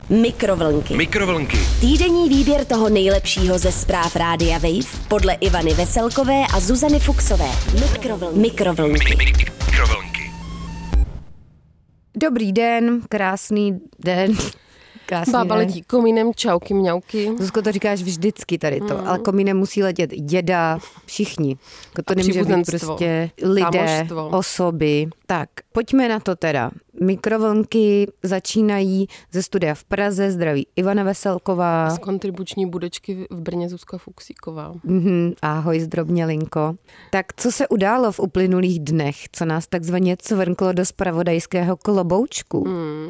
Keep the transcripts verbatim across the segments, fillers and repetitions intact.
Mikrovlnky. Mikrovlnky. Týdenní výběr toho nejlepšího ze zpráv Rádia Wave podle Ivany Veselkové a Zuzany Fuxové. Mikrovlnky. Mikrovlnky. Mikrovlnky. Dobrý den, krásný den. Krásný Bába den. letí komínem, čauky, mňauky. Zuzko, to říkáš vždycky tady to, mm. ale komínem musí letět děda, všichni. To A nemůže být prostě lidé, kámoštvo. osoby. Tak, pojďme na to teda. Mikrovlnky začínají ze studia v Praze, zdraví Ivana Veselková. Z kontribuční budečky v Brně Zuzka Fuxíková. Mm-hmm, ahoj, zdrobnělinko. Tak co se událo v uplynulých dnech, co nás takzvaně cvrnklo do zpravodajského kloboučku? Mm.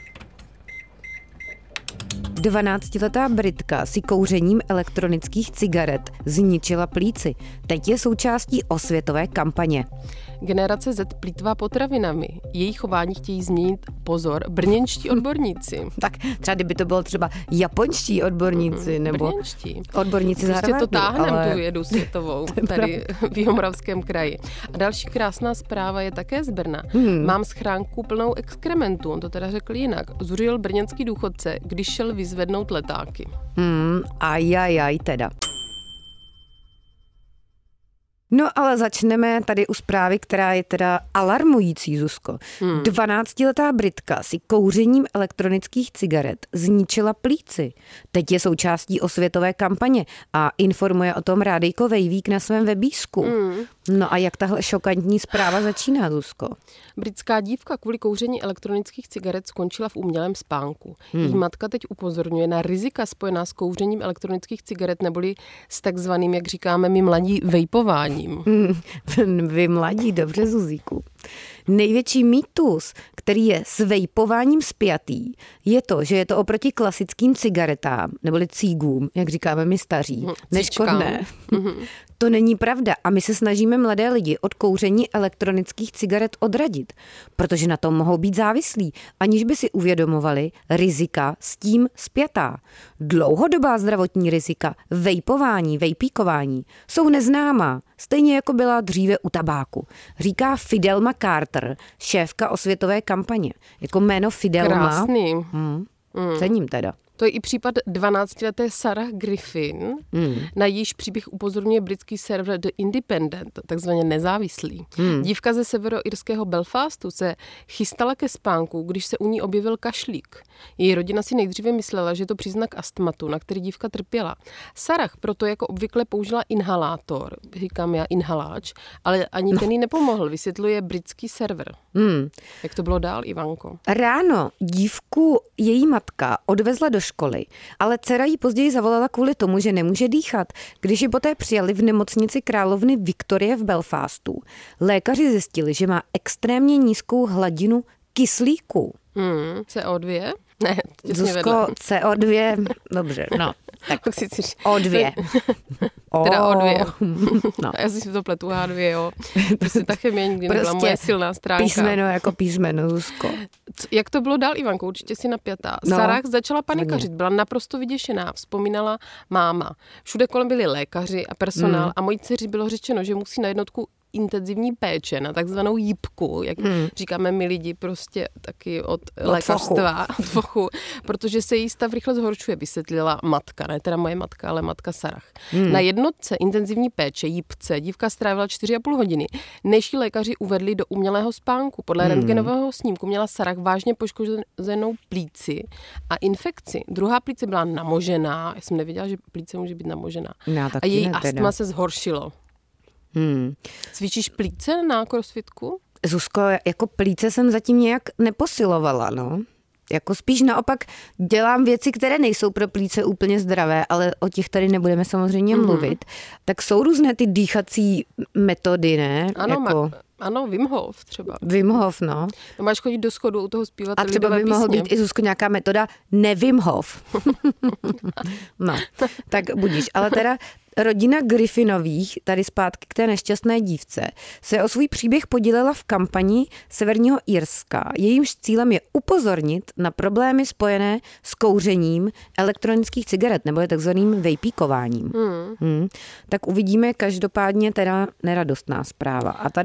dvanáctiletá Britka si kouřením elektronických cigaret zničila plíci. Teď je součástí osvětové kampaně. Generace Z plýtvá potravinami. Její chování chtějí změnit, pozor, brněnští odborníci. Tak třeba kdyby to bylo třeba japonští odborníci, Mm, nebo brněnští. odborníci z Prostě to Harvardu, táhneme ale... tu vědu světovou tady v Jihomoravském kraji. A další krásná zpráva je také z Brna. Hmm. Mám schránku plnou exkrementů, on to teda řekl jinak. Zuřil brněnský důchodce, když šel vyzvednout letáky. Hmm, ajajaj teda. No ale začneme tady u zprávy, která je teda alarmující, Zuzko. Hmm. dvanáctiletá Britka si kouřením elektronických cigaret zničila plíci. Teď je součástí osvětové kampaně a informuje o tom Rádejko Vejvík na svém webísku. Hmm. No a jak tahle šokantní zpráva začíná, Zuzko? Britská dívka kvůli kouření elektronických cigaret skončila v umělém spánku. Hmm. Její matka teď upozorňuje na rizika spojená s kouřením elektronických cigaret neboli s takzvaným, jak říkáme my mladí, vejpováním. Hmm, vy mladí, dobře, Zuzíku. Největší mýtus, který je s vejpováním spjatý, je to, že je to oproti klasickým cigaretám, neboli cígům, jak říkáme my staří, neškodné. Mm-hmm. To není pravda a my se snažíme mladé lidi od kouření elektronických cigaret odradit, protože na tom mohou být závislí, aniž by si uvědomovali rizika s tím spjatá. Dlouhodobá zdravotní rizika, vejpování, vejpíkování jsou neznámá, stejně jako byla dříve u tabáku. Říká Fidelma Carter, šéfka osvětové kampaně. Jako jméno Fidelma. Krásný. Hmm, cením teda. To je i případ dvanáctileté Sarah Griffin, hmm. na jejíž příběh upozorňuje britský server The Independent, takzvaně nezávislý. Hmm. Dívka ze severoirského Belfastu se chystala ke spánku, když se u ní objevil kašlík. Její rodina si nejdříve myslela, že je to příznak astmatu, na který dívka trpěla. Sarah proto jako obvykle použila inhalátor, říkám já inhaláč, ale ani ten jí nepomohl, vysvětluje britský server. Hmm. Jak to bylo dál, Ivanko? Ráno dívku její matka odvezla do školy, ale dcera jí později zavolala kvůli tomu, že nemůže dýchat. Když ji poté přijali v nemocnici královny Viktorie v Belfastu, lékaři zjistili, že má extrémně nízkou hladinu kyslíku. Hmm, C O dva? Ne, Zuzko, C O dva, dobře, no. Tak O dva. Teda O dva. No. Já si to pletu H dva, jo. Prostě ta chemie nikdy nebyla prostě moje silná stránka. Písmeno jako písmeno, Zuzko. Jak to bylo dál, Ivanko? Určitě si napjatá. No, Sarah začala panikařit, byla naprosto vyděšená, vzpomínala máma. Všude kolem byli lékaři a personál mm. a mojí dceři bylo řečeno, že musí na jednotku intenzivní péče, na takzvanou jípku, jak hmm. říkáme my lidi prostě taky od, od lékařstva, od fochu, protože se její stav rychle zhoršuje, vysvětlila matka, ne teda moje matka, ale matka Sarah. Hmm. Na jednotce intenzivní péče, jípce, dívka strávila čtyři a půl hodiny, než ji lékaři uvedli do umělého spánku. Podle hmm. rentgenového snímku měla Sarah vážně poškozenou plíci a infekci. Druhá plíce byla namožená, já jsem nevěděla, že plíce může být namožená. No, a její astma se zhoršilo. Hmm. Cvičíš plíce na crossfitku? Zuzko, jako plíce jsem zatím nějak neposilovala, no. Jako spíš naopak dělám věci, které nejsou pro plíce úplně zdravé, ale o těch tady nebudeme samozřejmě mm. mluvit. Tak jsou různé ty dýchací metody, ne? Ano, jako... ma- ano, Wim Hof třeba. Wim Hof, no. no. Máš chodit do schodu u toho zpívat a třeba by mohl být i, Zuzko, nějaká metoda ne Wim Hof. No, tak budíš. Ale teda rodina Griffinových, tady zpátky k té nešťastné dívce, se o svůj příběh podílela v kampani Severního Irska. Jejímž cílem je upozornit na problémy spojené s kouřením elektronických cigaret, nebo takzvaným vejpíkováním. Hmm. Hmm. Tak uvidíme, každopádně teda neradostná zpráva. A ta další je taky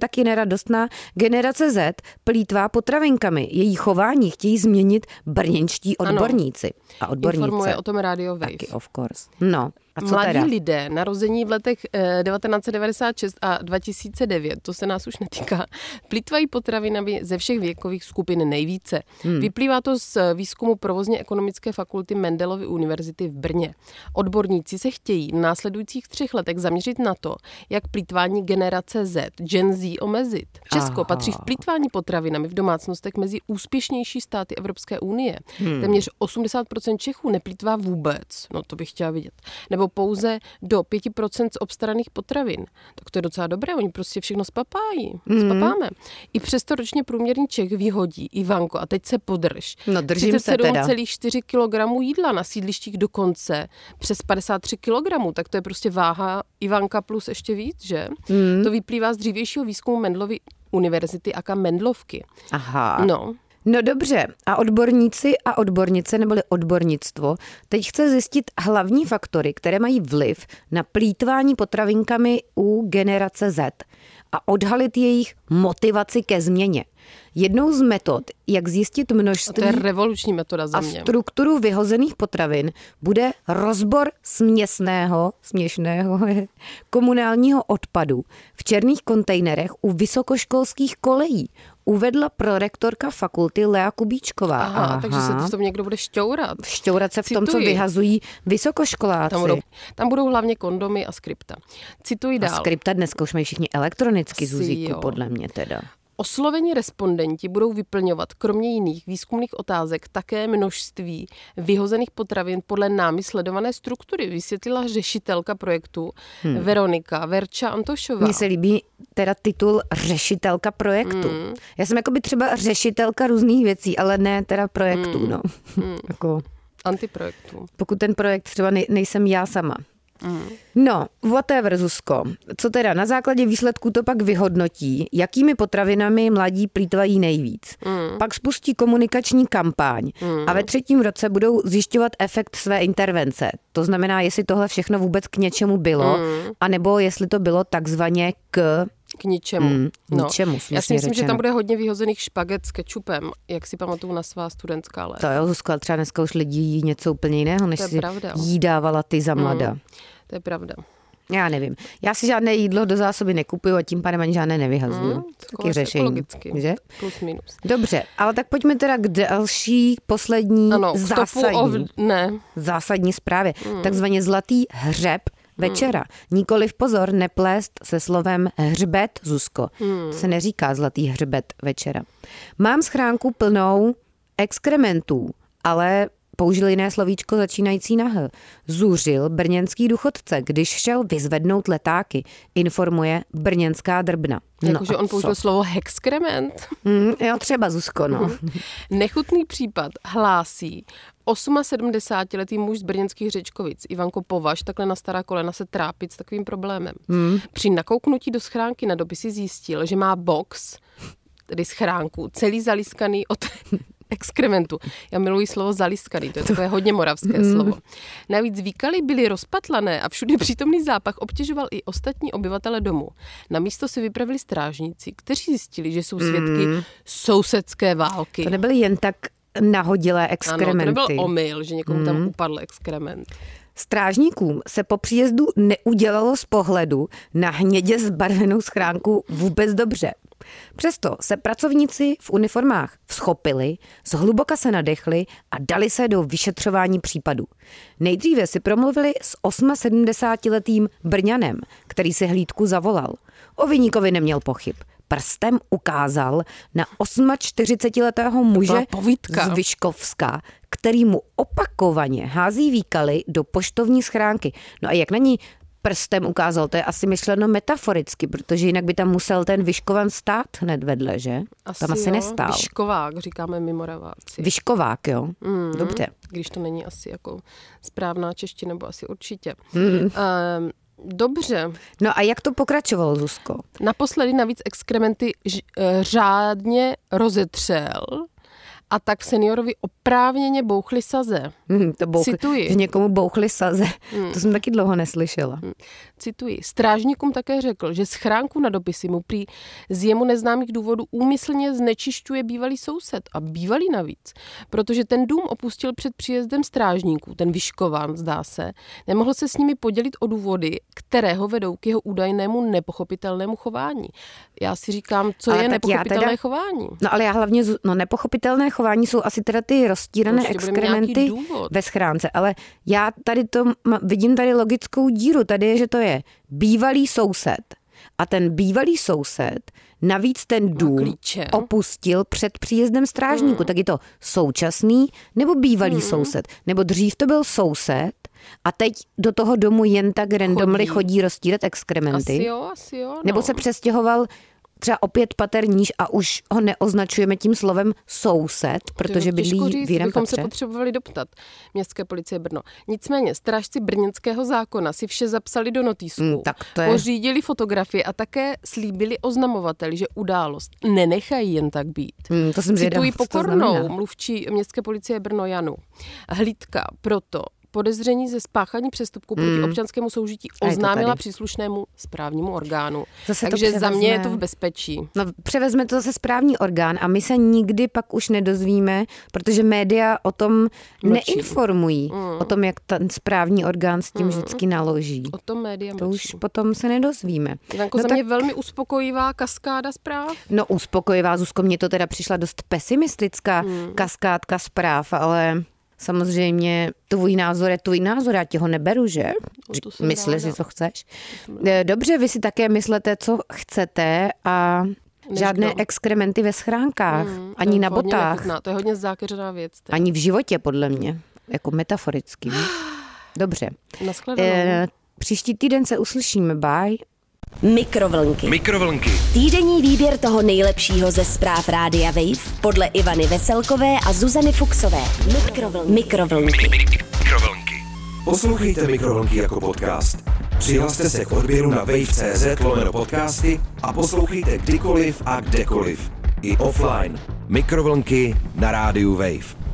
taky neradostná. Generace Z plýtvá potravinkami. Její chování chtějí změnit brněnští odborníci a odbornice. Informuje o tom Radio Wave. Taky, of course. No. A co Mladí teda? lidé narození v letech devatenáct set devadesát šest a dva tisíce devět, to se nás už netýká, plýtvají potravinami ze všech věkových skupin nejvíce. Hmm. Vyplývá to z výzkumu provozně ekonomické fakulty Mendelovy univerzity v Brně. Odborníci se chtějí v následujících třech letech zaměřit na to, jak plýtvání generace Z, Gen Z, omezit. Česko Aha. patří v plýtvání potravinami v domácnostech mezi úspěšnější státy Evropské unie. Hmm. Téměř osmdesát procent Čechů neplýtvá vůbec, no to bych chtěla vidět, nebo pouze do pět procent z obstaraných potravin. Tak to je docela dobré, oni prostě všechno spapájí. Mm. Spapáme. I přesto ročně průměrný Čech vyhodí, Ivanko, a teď se podrž. No držím se teda. třicet sedm celá čtyři kilogramů jídla, na sídlištích dokonce přes padesát tři kilogramů, tak to je prostě váha Ivanka plus ještě víc, že? Mm. To vyplývá z dřívějšího výzkumu Mendelovy univerzity aka Mendlovky. Aha. No. No dobře, a odborníci a odbornice neboli odbornictvo teď chce zjistit hlavní faktory, které mají vliv na plýtvání potravinkami u generace Z a odhalit jejich motivaci ke změně. Jednou z metod, jak zjistit množství a to je revoluční metoda za mě. a strukturu vyhozených potravin, bude rozbor směsného, směšného komunálního odpadu v černých kontejnerech u vysokoškolských kolejí. Uvedla prorektorka fakulty Lea Kubíčková. Aha, Aha. takže se v tom někdo bude šťourat. Šťourat se v Cituji. tom, co vyhazují vysokoškoláci. Tam budou, tam budou hlavně kondomy a skripta. Cituji dál. A skripta dneska už mají všichni elektronicky, Zuzíku, podle mě teda. Oslovení respondenti budou vyplňovat kromě jiných výzkumných otázek také množství vyhozených potravin podle námi sledované struktury, vysvětlila řešitelka projektu hmm. Veronika Verča Antošová. Mně se líbí teda titul řešitelka projektu. Hmm. Já jsem jako by třeba řešitelka různých věcí, ale ne teda projektů. Hmm. No. Hmm. jako, Antiprojektů. Pokud ten projekt třeba nej, nejsem já sama. Mm. No, whatever, Zuzko. Co teda na základě výsledků to pak vyhodnotí, jakými potravinami mladí plýtvají nejvíc. Mm. Pak spustí komunikační kampaň mm. a ve třetím roce budou zjišťovat efekt své intervence. To znamená, jestli tohle všechno vůbec k něčemu bylo, mm. anebo jestli to bylo takzvaně k... K ničemu. Mm, no. ničemu, Já si myslím, řečeno. že tam bude hodně vyhozených špaget s kečupem, jak si pamatuju na svá studentská léta. To jo, Zuzko, ale třeba dneska už lidi jí něco úplně jiného, než si pravda. jí dávala ty za mlada. Mm, to je pravda. Já nevím. Já si žádné jídlo do zásoby nekupuju a tím pádem ani žádné nevyhazuju. Mm, taky řešení. Že? Plus minus. Dobře, ale tak pojďme teda k další, poslední, ano, zásadní, of... ne. zásadní zprávě. Mm. Takzvaně zlatý hřeb večera. Hmm. Nikoliv pozor, neplést se slovem hřbet, Zuzko. Hmm. To se neříká zlatý hřbet večera. Mám schránku plnou exkrementů, ale použil jiné slovíčko začínající na H. Zuřil brněnský důchodce, když šel vyzvednout letáky, informuje brněnská Drbna. Jakože no on použil slovo hexkrement? Mm, jo, třeba, Zuzko, no. Nechutný případ hlásí sedmdesátiosmiletý muž z brněnských Řečkovic. Ivanko, považ takhle na stará kolena se trápit s takovým problémem. Mm. Při nakouknutí do schránky na dopisy zjistil, že má box, tedy schránku, celý zaliskaný od exkrementu. Já miluji slovo zaliskaný, to je takové hodně moravské slovo. Navíc výkaly byly rozpatlané a všude přítomný zápach obtěžoval i ostatní obyvatele domu. Na místo si vypravili strážníci, kteří zjistili, že jsou svědky mm. sousedské války. To nebyly jen tak nahodilé exkrementy. Ano, to nebyl omyl, že někomu mm. tam upadl exkrement. Strážníkům se po příjezdu neudělalo z pohledu na hnědě zbarvenou schránku vůbec dobře. Přesto se pracovníci v uniformách vzchopili, zhluboka se nadechli a dali se do vyšetřování případu. Nejdříve si promluvili s sedmdesátiosmiletým Brňanem, který si hlídku zavolal. O viníkovi neměl pochyb. Prstem ukázal na čtyřicetiosmiletého muže z Vyškovska, který mu opakovaně hází výkaly do poštovní schránky. No a jak na ní prstem ukázal, to je asi myšleno metaforicky, protože jinak by tam musel ten Vyškovan stát hned vedle, že? Asi tam asi jo, nestál. Vyškovák, říkáme my Moraváci. Vyškovák, jo? Mm, dobře. Když to není asi jako správná čeština, nebo asi určitě. Mm. Um, Dobře. No a jak to pokračovalo, Zuzko? Naposledy navíc exkrementy ž, řádně rozetřel a tak seniorovi oprávněně bouchli saze. Hmm, to bouchli, Cituji. Že někomu bouchli saze. Hmm. To jsem taky dlouho neslyšela. Hmm. Cituji. Strážníkům také řekl, že schránku na dopisy mu prý z jemu neznámých důvodů úmyslně znečišťuje bývalý soused. A bývalý navíc. Protože ten dům opustil před příjezdem strážníků, ten Vyškován, zdá se, nemohl se s nimi podělit o důvody, které ho vedou k jeho údajnému nepochopitelnému chování. Já si říkám, co ale je nepochopitelné teda, chování. No ale já hlavně, no nepochopitelné chování jsou asi teda ty roztírané Určitě exkrementy ve schránce, ale já tady to vidím tady logickou díru, tady je, že to je bývalý soused a ten bývalý soused navíc ten dům opustil před příjezdem strážníku, hmm. tak je to současný nebo bývalý hmm. soused, nebo dřív to byl soused a teď do toho domu jen tak randomly chodí, chodí roztírat exkrementy. Asi jo, asi jo. No. Nebo se přestěhoval třeba opět pater níž a už ho neoznačujeme tím slovem soused, protože bydlí v jiném bychom patře. se potřebovali doptat Městské policie Brno. Nicméně strážci brněnského zákona si vše zapsali do notýsku, mm, tak to je... pořídili fotografie a také slíbili oznamovateli, že událost nenechají jen tak být. Mm, to jsem Citují pokornou mluvčí Městské policie Brno Janu. Hlídka proto podezření ze spáchání přestupku proti mm. občanskému soužití oznámila příslušnému správnímu orgánu. Zase Takže za mě je to v bezpečí. No, převezme to zase správní orgán a my se nikdy pak už nedozvíme, protože média o tom mlčí. Neinformují. Mm. O tom, jak ten správní orgán s tím mm. vždycky naloží. O tom média To mlčí. už potom se nedozvíme. Ivanko, no za tak... mě velmi uspokojivá kaskáda zpráv. No uspokojivá, Zuzko, mně to teda přišla dost pesimistická mm. kaskádka zpráv, ale... Samozřejmě tvůj názor je tvůj názor, já ti ho neberu, že? Mysli si, co chceš. Dobře, vy si také myslete, co chcete a Než žádné kdo. exkrementy ve schránkách, hmm, ani na botách. Nechutná. To je hodně zákeřená věc. Teda. Ani v životě, podle mě, jako metaforicky. Dobře. E, příští týden se uslyšíme, bye. Mikrovlnky. Mikrovlnky. Týdenní výběr toho nejlepšího ze zpráv Rádia Wave podle Ivany Veselkové a Zuzany Fuksové. Mikrovlnky. Mikrovlnky. Mikrovlnky. Poslouchejte Mikrovlnky jako podcast. Přihlaste se k odběru na wave tečka cé zet lomeno podcasty a poslouchejte kdykoliv a kdekoliv. I offline. Mikrovlnky na rádiu Wave.